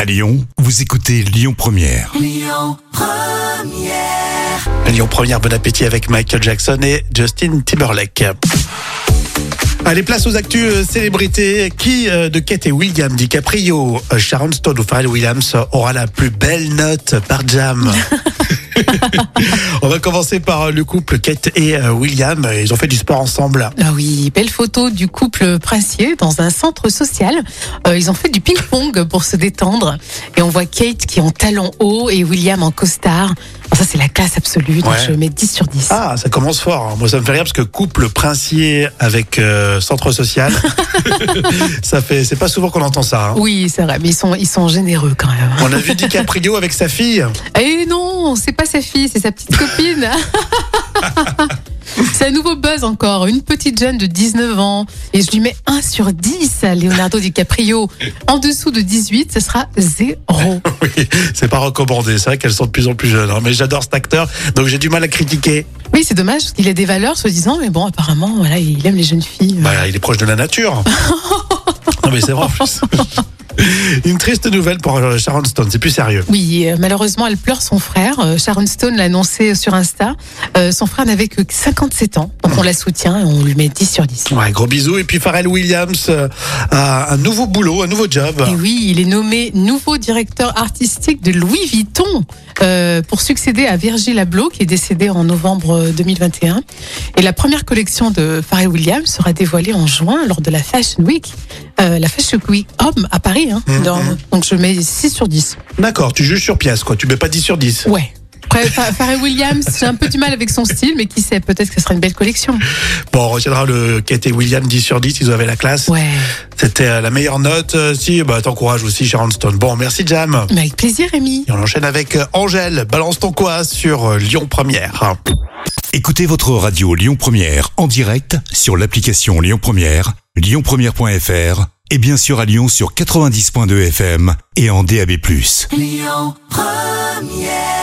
À Lyon, vous écoutez Lyon Première. Lyon Première. Lyon Première, bon appétit avec Michael Jackson et Justin Timberlake. Allez, place aux actus célébrités. Qui de Kate et William DiCaprio, Sharon Stone ou Pharrell Williams aura la plus belle note par Jam? On va commencer par le couple Kate et William. Ils ont fait du sport ensemble. Ah oui, belle photo du couple princier dans un centre social. Ils ont fait du ping-pong pour se détendre. Et on voit Kate qui est en talons hauts et William en costard. Alors ça, c'est la classe absolue. Donc je mets 10 sur 10. Ah, ça commence fort. Moi, ça me fait rire parce que couple princier avec centre social, c'est pas souvent qu'on entend ça. Hein. Oui, c'est vrai, mais ils sont généreux quand même. On a vu DiCaprio avec sa fille. Eh non, c'est pas sa fille, c'est sa petite copine. C'est un nouveau buzz encore, une petite jeune de 19 ans. Et je lui mets 1 sur 10 à Leonardo DiCaprio. En dessous de 18, ce sera 0. Oui, c'est pas recommandé. C'est vrai qu'elles sont de plus en plus jeunes. Hein. Mais j'adore cet acteur, donc j'ai du mal à critiquer. Oui, c'est dommage parce qu'il a des valeurs, soi-disant. Mais bon, apparemment, voilà, il aime les jeunes filles. Bah, il est proche de la nature. Non mais c'est vrai en plus. Une triste nouvelle pour Sharon Stone, c'est plus sérieux. Oui, malheureusement, elle pleure son frère. Sharon Stone l'a annoncé sur Insta. Son frère n'avait que 57 ans, donc on la soutient et on lui met 10 sur 10. Ouais, gros bisous. Et puis Pharrell Williams a un nouveau boulot, un nouveau job. Et oui, il est nommé nouveau directeur artistique de Louis Vuitton pour succéder à Virgil Abloh qui est décédé en novembre 2021. Et la première collection de Pharrell Williams sera dévoilée en juin lors de la Fashion Week. La Fashion Week Homme à Paris. Hein, donc je mets 6 sur 10. D'accord, tu juges sur pièce, quoi. Tu mets pas 10 sur 10. Ouais. Après, Pharrell Williams, j'ai un peu du mal avec son style, mais qui sait, peut-être que ce sera une belle collection. Bon, on retiendra le Kate et William 10 sur 10, ils avaient la classe. Ouais. C'était la meilleure note. Si, t'encourages aussi Sharon Stone. Bon, merci Jam. Mais avec plaisir, Rémi. Et on enchaîne avec Angèle. Balance ton quoi sur Lyon Première. Écoutez votre radio Lyon Première en direct sur l'application Lyon Première, lyonpremière.fr et bien sûr à Lyon sur 90.2 FM et en DAB+. Lyon Première.